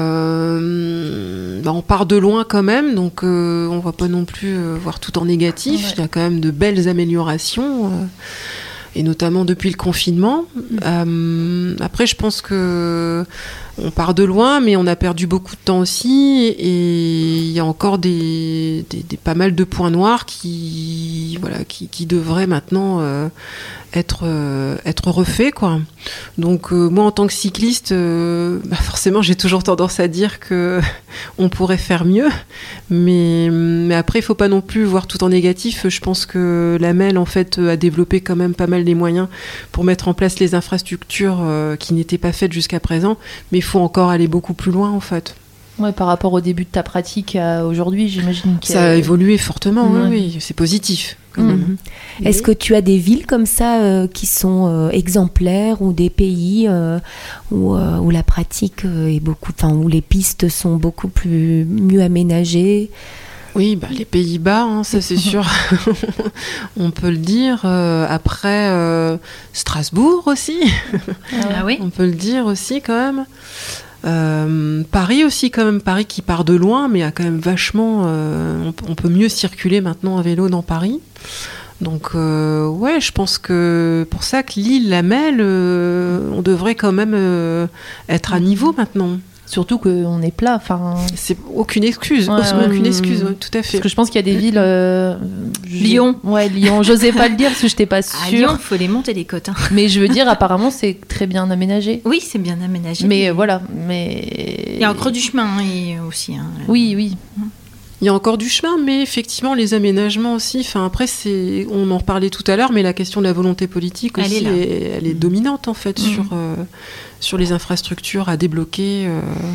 on part de loin quand même, donc on va pas non plus voir tout en négatif. Ouais. Il y a quand même de belles améliorations, et notamment depuis le confinement. Après, je pense que on part de loin, mais on a perdu beaucoup de temps aussi, et il y a encore pas mal de points noirs qui devraient maintenant être refaits, quoi. Donc moi, en tant que cycliste, forcément, j'ai toujours tendance à dire que on pourrait faire mieux, mais après, il faut pas non plus voir tout en négatif. Je pense que la Melle, en fait, a développé quand même pas mal les moyens pour mettre en place les infrastructures qui n'étaient pas faites jusqu'à présent, mais il faut encore aller beaucoup plus loin, en fait. Ouais, par rapport au début de ta pratique à aujourd'hui, j'imagine que ça a évolué fortement. Oui, c'est positif quand même. Est-ce que tu as des villes comme ça qui sont exemplaires, ou des pays où la pratique est où les pistes sont beaucoup mieux aménagées? Oui, les Pays-Bas, ça c'est sûr, on peut le dire. Après, Strasbourg aussi, oui. On peut le dire aussi quand même. Paris aussi quand même, Paris qui part de loin, mais a quand même vachement... on peut mieux circuler maintenant à vélo dans Paris. Donc je pense que pour ça que Lille, la Melle, on devrait quand même être à niveau maintenant. Surtout qu'on est plat, enfin... C'est aucune excuse, aucune excuse, tout à fait. Parce que je pense qu'il y a des villes... Lyon. Ouais, Lyon. J'osais pas le dire parce que je n'étais pas sûre. À Lyon, il faut les monter les côtes. Mais je veux dire, apparemment, c'est très bien aménagé. Oui, c'est bien aménagé. Mais voilà, mais... Il y a un creux du chemin aussi. Oui. Il y a encore du chemin, mais effectivement, les aménagements aussi. Enfin, après, on en reparlait tout à l'heure, mais la question de la volonté politique aussi, elle est dominante en fait sur les infrastructures à débloquer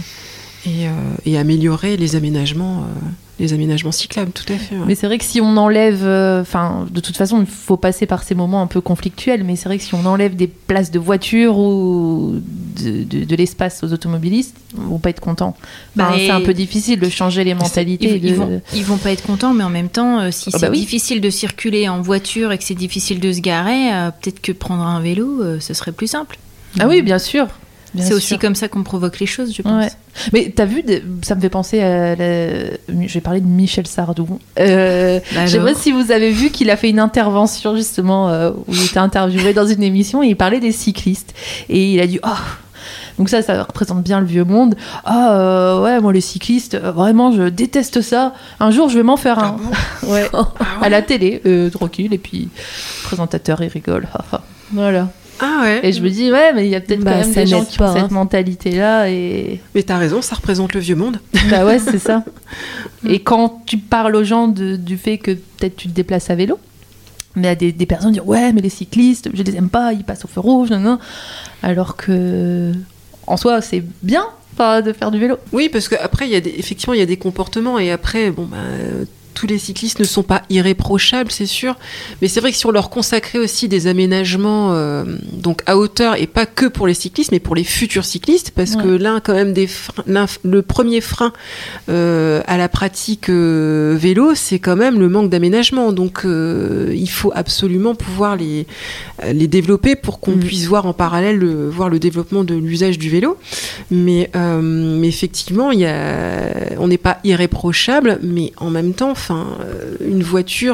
et améliorer les aménagements cyclables, tout à fait. Ouais. Mais c'est vrai que si on enlève, de toute façon, il faut passer par ces moments un peu conflictuels, mais c'est vrai que si on enlève des places de voiture ou de l'espace aux automobilistes, ils vont pas être contents. C'est un peu difficile de changer les mentalités. Ils vont pas être contents, mais en même temps, si c'est difficile de circuler en voiture et que c'est difficile de se garer, peut-être que prendre un vélo, ce serait plus simple. Ah oui, bien sûr. C'est aussi comme ça qu'on provoque les choses, je pense. Ouais. Mais t'as vu, ça me fait penser à je vais parler de Michel Sardou. Je sais pas si vous avez vu qu'il a fait une intervention justement où il était interviewé dans une émission et il parlait des cyclistes. Et il a dit donc ça représente bien le vieux monde. Ouais, moi les cyclistes, vraiment je déteste ça. Un jour je vais m'en faire un. Ouais. À la télé, tranquille. Et puis le présentateur il rigole. Voilà. Ah ouais. Et je me dis, mais il y a peut-être quand même des gens qui ont cette mentalité-là. Mais t'as raison, ça représente le vieux monde. Bah ouais, c'est ça. Et quand tu parles aux gens du fait que peut-être tu te déplaces à vélo, mais il y a des personnes qui disent, ouais, mais les cyclistes, je les aime pas, ils passent au feu rouge, non. Alors que, en soi, c'est bien de faire du vélo. Oui, parce qu'après, effectivement, il y a des comportements, et après, tous les cyclistes ne sont pas irréprochables, c'est sûr, mais c'est vrai que si on leur consacrait aussi des aménagements donc à hauteur, et pas que pour les cyclistes, mais pour les futurs cyclistes, parce que l'un quand même le premier frein à la pratique vélo, c'est quand même le manque d'aménagement. Donc il faut absolument pouvoir les développer pour qu'on puisse voir en parallèle voir le développement de l'usage du vélo. Mais effectivement, on n'est pas irréprochable, mais en même temps, une voiture,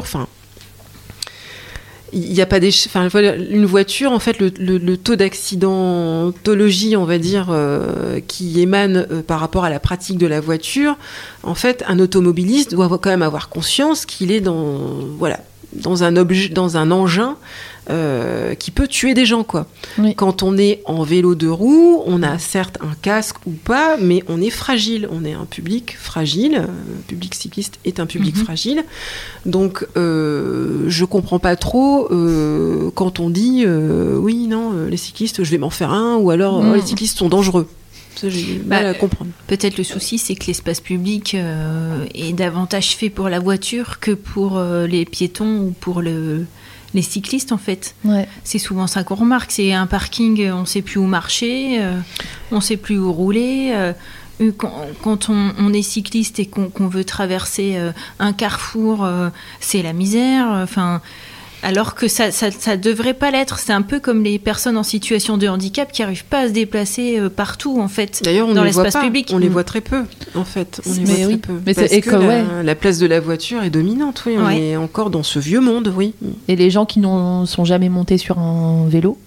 il n'y a pas une voiture, en fait, le taux d'accidentologie, on va dire, qui émane par rapport à la pratique de la voiture, en fait, un automobiliste doit quand même avoir conscience qu'il est dans un objet, dans un engin qui peut tuer des gens, quoi. Oui. Quand on est en vélo de roues, on a certes un casque ou pas, mais on est fragile. On est un public fragile. Le public cycliste est un public fragile. Donc, je comprends pas trop quand on dit les cyclistes, je vais m'en faire un, ou alors les cyclistes sont dangereux. Ça, j'ai mal à comprendre. Peut-être le souci, c'est que l'espace public est davantage fait pour la voiture que pour les piétons ou pour les cyclistes, en fait. Ouais. C'est souvent ça qu'on remarque. C'est un parking, on ne sait plus où marcher, on ne sait plus où rouler. Quand on est cycliste et qu'on veut traverser un carrefour, c'est la misère. Alors que ça devrait pas l'être. C'est un peu comme les personnes en situation de handicap qui n'arrivent pas à se déplacer partout, en fait. D'ailleurs, on dans ne l'espace voit pas. public. On les voit très peu, en fait. On les voit très peu. Mais parce que la place de la voiture est dominante, oui. On est encore dans ce vieux monde, oui. Et les gens qui ne sont jamais montés sur un vélo,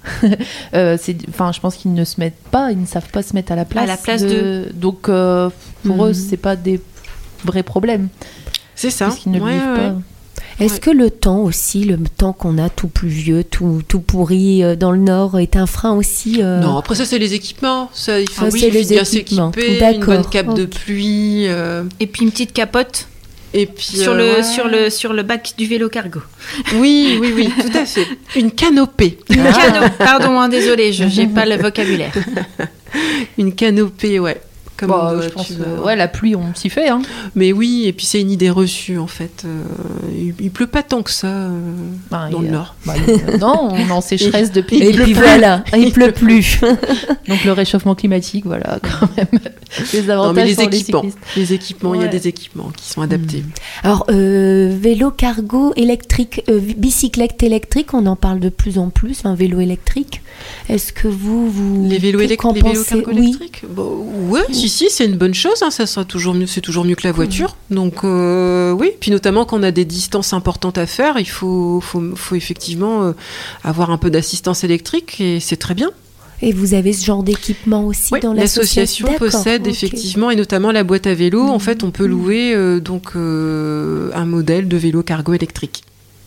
je pense qu'ils ne se mettent pas, ils ne savent pas se mettre à la place. À la place de... Donc, pour eux, c'est pas des vrais problèmes. C'est ça. Parce qu'ils ne le vivent pas. Est-ce que le temps qu'on a tout pluvieux, tout pourri dans le Nord est un frein aussi Non, après ça c'est les équipements. Ça, il faut c'est les bien équipements. s'équiper, une bonne cape de pluie. Et puis une petite capote. Et puis sur le bac du vélo cargo. Oui, tout à fait. Une canopée. Pardon, désolée, j'ai pas le vocabulaire. Une canopée, ouais. Je pense la pluie, on s'y fait. Hein. Mais oui, et puis c'est une idée reçue, en fait. Il pleut pas tant que ça dans le Nord. Non, on est en sécheresse depuis. Et puis voilà, il pleut plus. Donc le réchauffement climatique, voilà, quand même. Les avantages pour les équipements, il y a des équipements qui sont adaptés. Alors, vélo cargo électrique, bicyclette électrique, on en parle de plus en plus, un vélo électrique. Est-ce que vous les vélos cargo électriques, ouais, si, c'est une bonne chose, hein, ça sera toujours mieux, c'est toujours mieux que la voiture. Donc oui, puis notamment quand on a des distances importantes à faire, il faut effectivement avoir un peu d'assistance électrique et c'est très bien. Et vous avez ce genre d'équipement aussi dans l'association? L'association possède effectivement, et notamment la boîte à vélo. En fait, on peut louer un modèle de vélo cargo électrique.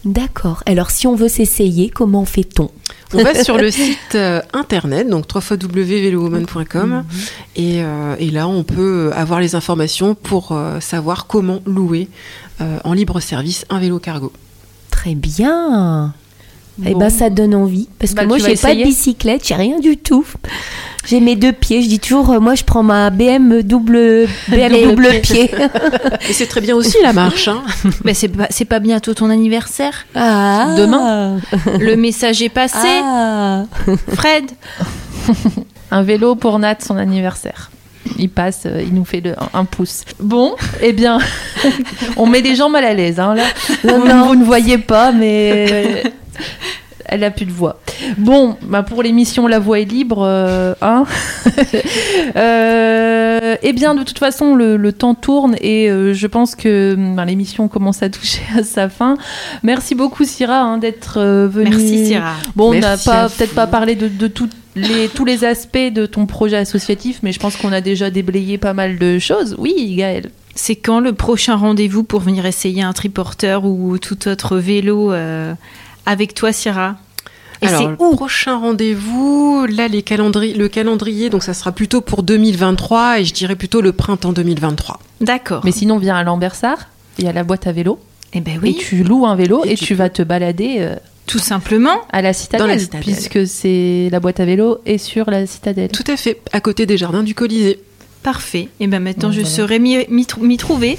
D'accord. Alors, si on veut s'essayer, comment fait-on ? On va sur le site internet, donc www.velowoman.com, et là, on peut avoir les informations pour savoir comment louer en libre service un vélo cargo. Très bien. Bon. Eh ben, ça donne envie. Parce que moi, tu j'ai vas pas de essayer. bicyclette, j'ai rien du tout. J'ai mes 2 pieds. Je dis toujours, moi, je prends ma BM double pied. Et c'est très bien aussi la marche. Hein. Mais c'est pas bientôt ton anniversaire. Ah. Demain. Le message est passé. Ah. Fred, Un vélo pour Nat, son anniversaire. Il passe, il nous fait un pouce. Bon, eh bien, on met des gens mal à l'aise. Hein, là. Vous ne voyez pas, mais elle a plus de voix. Bon, bah pour l'émission La Voix est libre, hein. Eh bien, de toute façon, le temps tourne et je pense que l'émission commence à toucher à sa fin. Merci beaucoup, Syrah, hein, d'être venue. merci Syrah. Bon, on n'a Merci à peut-être vous. pas parlé de tous les aspects de ton projet associatif, mais je pense qu'on a déjà déblayé pas mal de choses. Oui, Gaëlle. C'est quand le prochain rendez-vous pour venir essayer un triporteur ou tout autre vélo avec toi, Syrah? Et Alors, c'est le où? prochain rendez-vous, là, le calendrier, donc ça sera plutôt pour 2023 et je dirais plutôt le printemps 2023. D'accord. Mais sinon, viens à Lambersart, il y a la boîte à vélo, Eh ben et oui, tu loues un vélo Et et tu tu vas te balader tout simplement. à la Citadelle, Dans la Citadelle. puisque c'est la boîte à vélo et sur la Citadelle. Tout à fait, à côté des jardins du Colisée. Parfait. Et ben maintenant, Bon, je voilà. saurais m'y trouver.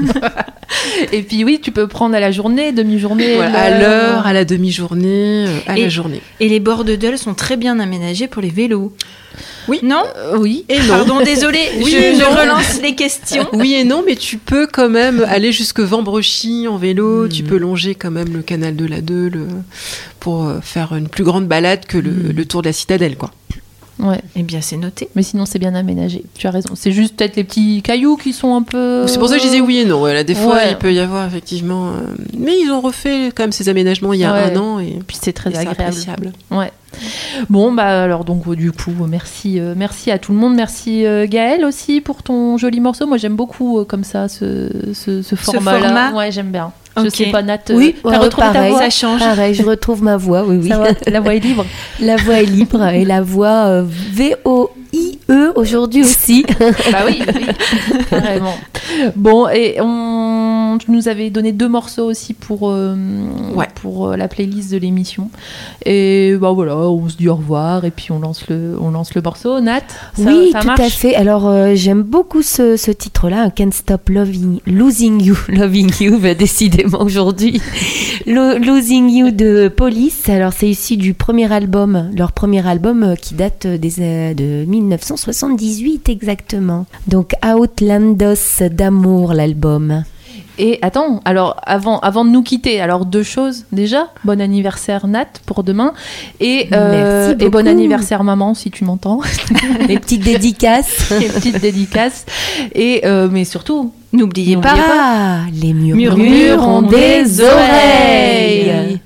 Et puis oui, tu peux prendre à la journée, demi-journée, Voilà, à l'heure, à la demi-journée, à Et- la journée. Et les bords de Dole sont très bien aménagés pour les vélos. Oui. Non? oui. Et non. Pardon, désolé, Oui je et non. relance les questions. Oui et non, mais tu peux quand même aller jusque Vambrechy en vélo, tu peux longer quand même le canal de la Deule pour faire une plus grande balade que le tour de la Citadelle, quoi. Ouais. Eh bien, c'est noté. Mais sinon, c'est bien aménagé. Tu as raison. C'est juste peut-être les petits cailloux qui sont un peu. C'est pour ça que je disais oui et non. Voilà, des fois, Ouais. il peut y avoir effectivement... mais ils ont refait quand même ces aménagements il y a Ouais. 1 an et Puis c'est très c'est agréable. appréciable. Ouais. Bon, bah alors donc du coup, merci à tout le monde. Merci Gaëlle aussi pour ton joli morceau. Moi, j'aime beaucoup comme ça ce format-là. format. Ouais, j'aime bien. Je Ok. sais pas, Nat. Oui, t'as retrouvé ta pareil. voix. Ça change. Pareil, je retrouve ma voix, oui. Ça va, la voix est libre. La voix est libre et la voix VOIE aujourd'hui aussi. Bah oui, carrément. Bon, et tu nous avais donné 2 morceaux aussi pour la playlist de l'émission. Et bah voilà, on se dit au revoir et puis on lance le morceau. Nat, Oui, ça tout marche à fait. Alors, j'aime beaucoup ce titre-là, Can't Stop Losing You. Loving You, bah, décidément aujourd'hui. Losing You de Police. Alors, c'est issu du premier album, leur premier album qui date de 1978 exactement. Donc, Outlandos d'amour, l'album. Et attends, alors avant de nous quitter, alors 2 choses déjà. Bon anniversaire Nat pour demain et Merci bon beaucoup. anniversaire maman si tu m'entends. Les petites dédicaces. Les petites dédicaces et mais surtout N'oubliez pas. Ah, les murmures Murmures ont des oreilles.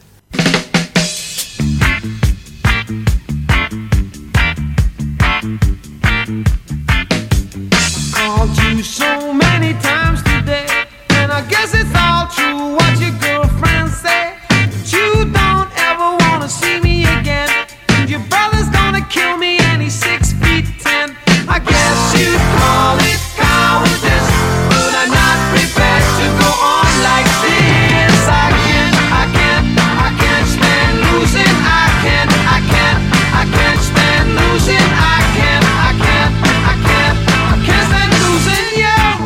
Called you so many times today, and I guess it's all true what your girlfriend said. But you don't ever wanna see me again, and your brother's gonna kill me, and he's 6'10". I guess you'd call it cowardice, but I'm not prepared to go on like this. I can't stand losing. I can't stand losing. I can't stand losing you.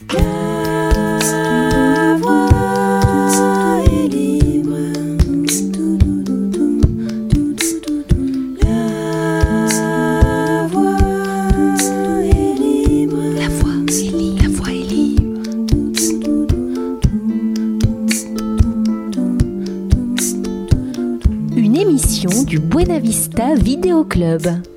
La voix est libre. La voix est libre. La voix est libre. La voix est libre. Une émission du Buena Vista Vidéo Club.